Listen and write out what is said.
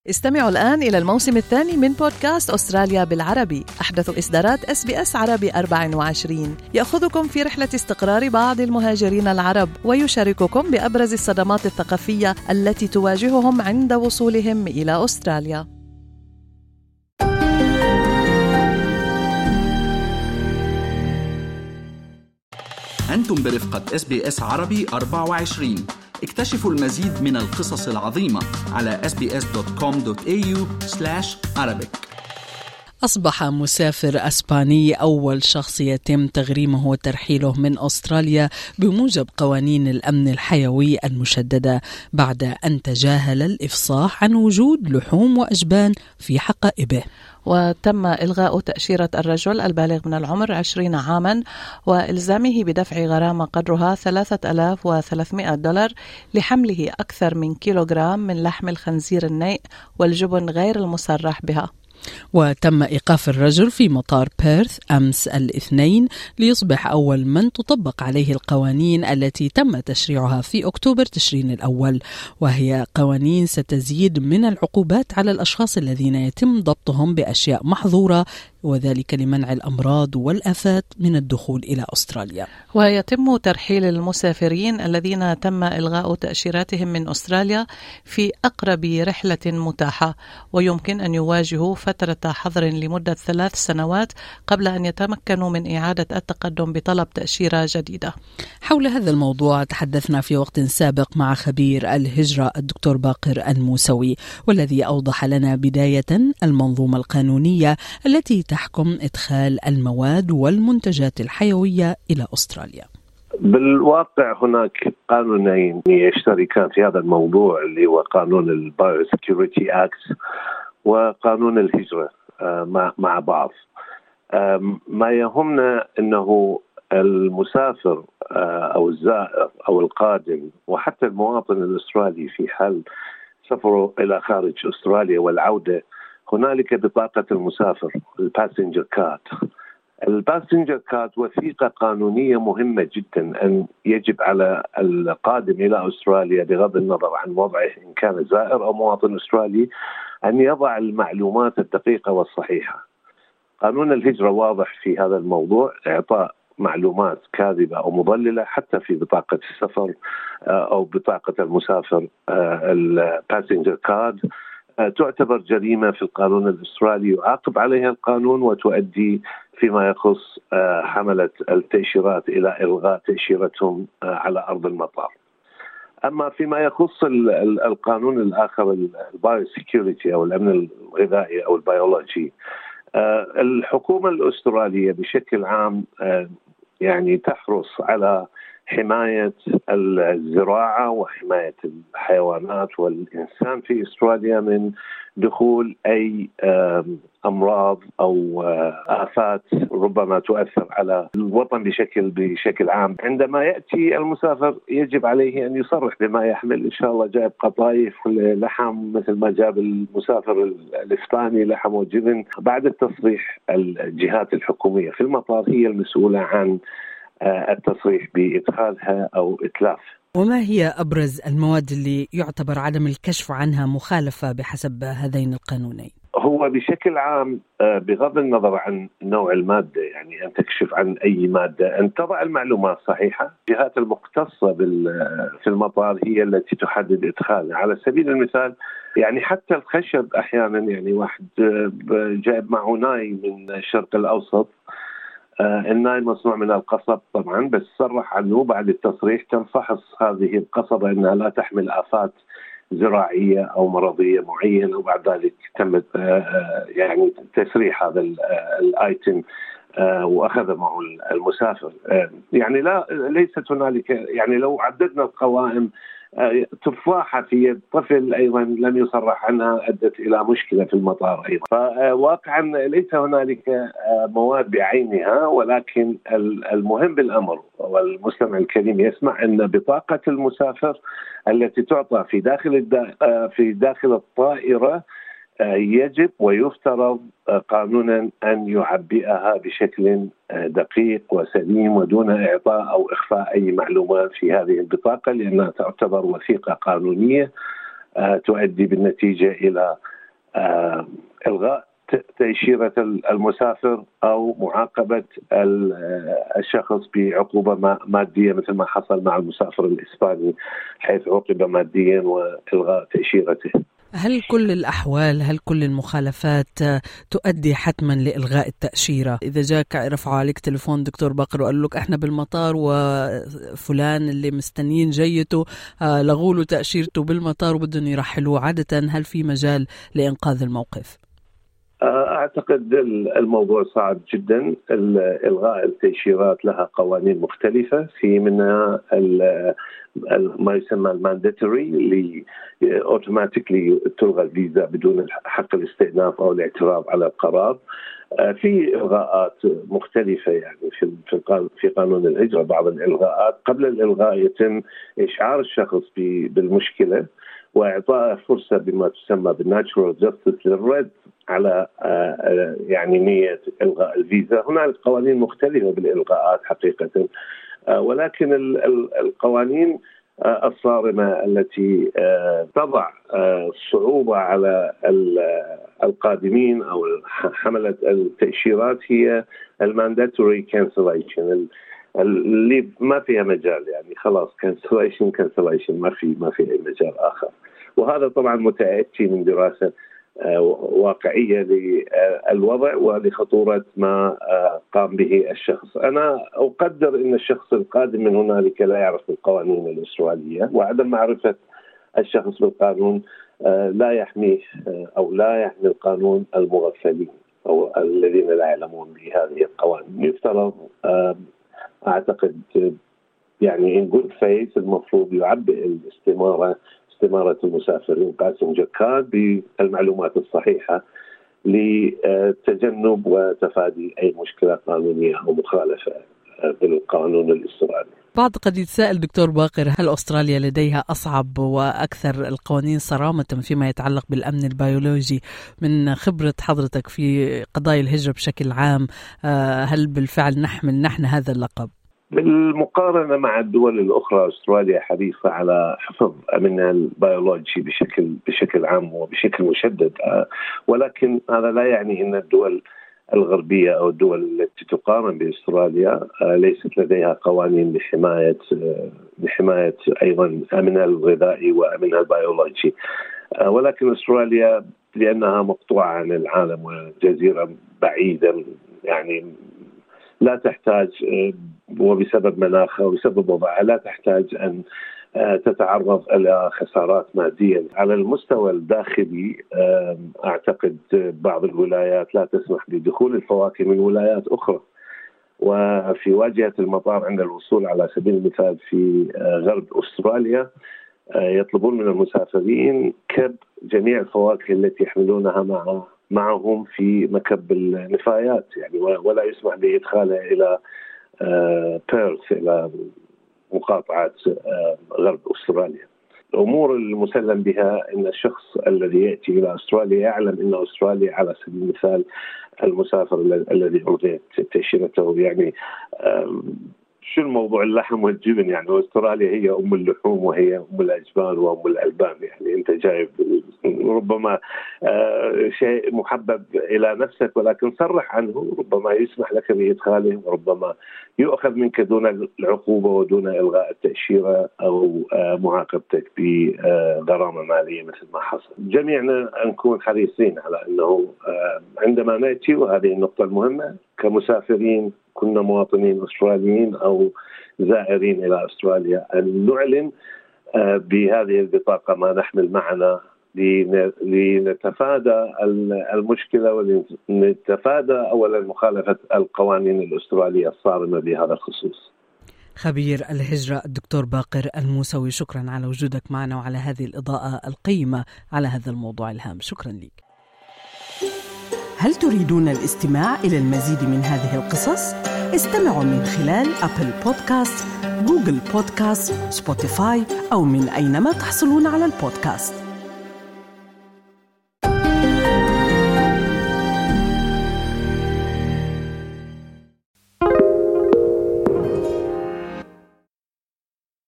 استمعوا الآن إلى الموسم الثاني من بودكاست أستراليا بالعربي، أحدث إصدارات SBS عربي 24، يأخذكم في رحلة استقرار بعض المهاجرين العرب ويشارككم بأبرز الصدمات الثقافية التي تواجههم عند وصولهم إلى أستراليا. أنتم برفقة SBS عربي 24. اكتشفوا المزيد من القصص العظيمة على sbs.com.au/arabic. أصبح مسافر أسباني أول شخص يتم تغريمه وترحيله من أستراليا بموجب قوانين الأمن الحيوي المشددة بعد أن تجاهل الإفصاح عن وجود لحوم وأجبان في حقائبه. وتم إلغاء تأشيرة الرجل البالغ من العمر 20 عاما وإلزامه بدفع غرامة قدرها $3,300 لحمله أكثر من كيلوغرام من لحم الخنزير النيء والجبن غير المصرح بها. وتم إيقاف الرجل في مطار بيرث أمس الاثنين ليصبح أول من تطبق عليه القوانين التي تم تشريعها في أكتوبر تشرين الأول، وهي قوانين ستزيد من العقوبات على الأشخاص الذين يتم ضبطهم بأشياء محظورة، وذلك لمنع الأمراض والآفات من الدخول إلى أستراليا. ويتم ترحيل المسافرين الذين تم إلغاء تأشيراتهم من أستراليا في أقرب رحلة متاحة، ويمكن أن يواجهوا فترة حظر لمدة 3 سنوات قبل أن يتمكنوا من إعادة التقدم بطلب تأشيرة جديدة. حول هذا الموضوع تحدثنا في وقت سابق مع خبير الهجرة الدكتور باقر الموسوي، والذي أوضح لنا بداية المنظومة القانونية التي تحكم إدخال المواد والمنتجات الحيوية إلى أستراليا. بالواقع هناك قانونين يشتركان في هذا الموضوع، اللي هو قانون البايوسكيورتي أكت وقانون الهجرة مع بعض. ما يهمنا أنه المسافر أو الزائر أو القادم وحتى المواطن الأسترالي في حال سفره إلى خارج أستراليا والعودة، هنالك بطاقة المسافر الباسنجر كارد. الباسنجر كارد وثيقة قانونية مهمة جدا أن يجب على القادم إلى أستراليا بغض النظر عن وضعه إن كان زائر أو مواطن أسترالي أن يضع المعلومات الدقيقة والصحيحة. قانون الهجرة واضح في هذا الموضوع، إعطاء معلومات كاذبة أو مضللة حتى في بطاقة السفر أو بطاقة المسافر الباسنجر كارد تعتبر جريمة في القانون الأسترالي، يعاقب عليها القانون وتؤدي فيما يخص حملة التأشيرات إلى إلغاء تأشيرتهم على أرض المطار. أما فيما يخص القانون الآخر البايوسكيورتي أو الأمن الغذائي أو البيولوجي، الحكومة الأسترالية بشكل عام يعني تحرص على حماية الزراعة وحماية الحيوانات والإنسان في أستراليا من دخول أي أمراض أو آفات ربما تؤثر على الوطن بشكل عام. عندما يأتي المسافر يجب عليه أن يصرح بما يحمل. إن شاء الله جايب قطايف لحم مثل ما جاب المسافر الإسباني لحم وجبن. بعد التصريح الجهات الحكومية في المطار هي المسؤولة عن التصريح بإدخالها أو إتلاف. وما هي أبرز المواد اللي يعتبر عدم الكشف عنها مخالفة بحسب هذين القانونين؟ هو بشكل عام بغض النظر عن نوع المادة، يعني أن تكشف عن أي مادة، أن تضع المعلومات صحيحة. الجهات المختصة في المطار هي التي تحدد إدخالها. على سبيل المثال يعني حتى الخشب أحيانا، يعني واحد جايب معه ناي من الشرق الأوسط، الناي مصنوع من القصب طبعا، بس صرح عنه بعد التصريح تم فحص هذه القصبة أنها لا تحمل آفات زراعية أو مرضية معينة، وبعد ذلك تم يعني تسريح هذا الآيتم وأخذ معه المسافر. يعني ليست هنالك، يعني لو عددنا القوائم، تفاحة في يد طفل أيضا لم يصرح عنها أدت إلى مشكلة في المطار أيضا. فواقعا ليس هنالك مواد بعينها، ولكن المهم بالأمر والمستمع الكريم يسمع أن بطاقة المسافر التي تعطى في داخل الطائرة يجب ويفترض قانونا أن يعبئها بشكل دقيق وسليم ودون إعطاء أو إخفاء أي معلومات في هذه البطاقة، لأنها تعتبر وثيقة قانونية تؤدي بالنتيجة إلى إلغاء تأشيرة المسافر أو معاقبة الشخص بعقوبة مادية مثل ما حصل مع المسافر الإسباني حيث عوقب ماديا وإلغاء تأشيرته. هل كل الأحوال، هل كل المخالفات تؤدي حتما لإلغاء التأشيرة؟ إذا جاك رفعوا عليك تليفون دكتور باقر وقال لك إحنا بالمطار وفلان اللي مستنيين جيته لغوا له تأشيرته بالمطار وبدهم يرحلوه، عادة هل في مجال لإنقاذ الموقف؟ أعتقد الموضوع صعب جدا. إلغاء التأشيرات لها قوانين مختلفة، في منها ما يسمى المانداتوري اللي اوتوماتيكلي تلغى الفيزا بدون حق الاستئناف أو الاعتراض على القرار. في إلغاءات مختلفة يعني في قانون الهجرة. بعض الإلغاءات قبل الإلغاء يتم إشعار الشخص بالمشكلة وإعطاء فرصة بما تسمى بالناتشورال جاستس للرد على يعني نية إلغاء الفيزا. هناك قوانين مختلفة بالإلغاءات حقيقة، ولكن القوانين الصارمة التي تضع صعوبة على القادمين أو حملة التأشيرات هي المانداتوري كانسليشن اللي ما فيها مجال، يعني خلاص كانسليشن ما في أي مجال آخر. وهذا طبعا متأتي من دراسة واقعية للوضع ولخطورة ما قام به الشخص. أنا أقدر أن الشخص القادم من هنالك لا يعرف القوانين الأسترالية، وعدم معرفة الشخص بالقانون لا يحميه أو لا يحمي القانون المغفلين أو الذين لا يعلمون بهذه القوانين. يفترض أعتقد يعني in good faith المفروض يعبئ استمارة المسافرين باسنجر كارد بالمعلومات الصحيحة لتجنب وتفادي أي مشكلة قانونية أو مخالفة بالقانون الأسترالي. بعض قد يتساءل دكتور باقر، هل أستراليا لديها أصعب وأكثر القوانين صرامة فيما يتعلق بالأمن البيولوجي؟ من خبرة حضرتك في قضايا الهجرة بشكل عام، هل بالفعل نحن هذا اللقب؟ بالمقارنة مع الدول الأخرى أستراليا حريصة على حفظ أمنها البيولوجي بشكل عام وبشكل مشدد، ولكن هذا لا يعني أن الدول الغربية أو الدول التي تقارن بأستراليا ليست لديها قوانين لحماية أيضا أمنها الغذائي وأمنها البيولوجي. ولكن أستراليا لأنها مقطوعة عن العالم وجزيرة بعيدة يعني لا تحتاج، وبسبب مناخها وبسبب وضعها لا تحتاج أن تتعرض إلى خسارات مادية. على المستوى الداخلي أعتقد بعض الولايات لا تسمح بدخول الفواكه من ولايات أخرى، وفي واجهة المطار عند الوصول على سبيل المثال في غرب أستراليا يطلبون من المسافرين كب جميع الفواكه التي يحملونها معهم في مكب النفايات يعني، ولا يسمح بإدخالها إلى بيرث إلى مقاطعة غرب أستراليا. الأمور المسلم بها أن الشخص الذي يأتي إلى أستراليا يعلم أن أستراليا على سبيل المثال المسافر الذي ألغيت تأشيرته يعني شو الموضوع اللحم والجبن يعني، أستراليا هي أم اللحوم وهي أم الأجبان وأم الألبان يعني. أنت جايب ربما شيء محبب إلى نفسك ولكن صرح عنه، ربما يسمح لك بإدخاله وربما يؤخذ منك دون العقوبة ودون إلغاء التأشيرة أو معاقبتك بغرامة مالية مثل ما حصل. جميعنا نكون حريصين على أنه عندما نأتي، وهذه النقطة المهمة كمسافرين كنا مواطنين أستراليين أو زائرين إلى أستراليا، أن نعلن بهذه البطاقة ما نحمل معنا لنتفادى المشكلة ولنتفادى أولا مخالفة القوانين الأسترالية الصارمة بهذا الخصوص. خبير الهجرة الدكتور باقر الموسوي، شكرا على وجودك معنا وعلى هذه الإضاءة القيمة على هذا الموضوع الهام. شكرا لك. هل تريدون الاستماع إلى المزيد من هذه القصص؟ استمعوا من خلال أبل بودكاست، جوجل بودكاست، سبوتيفاي أو من أينما تحصلون على البودكاست.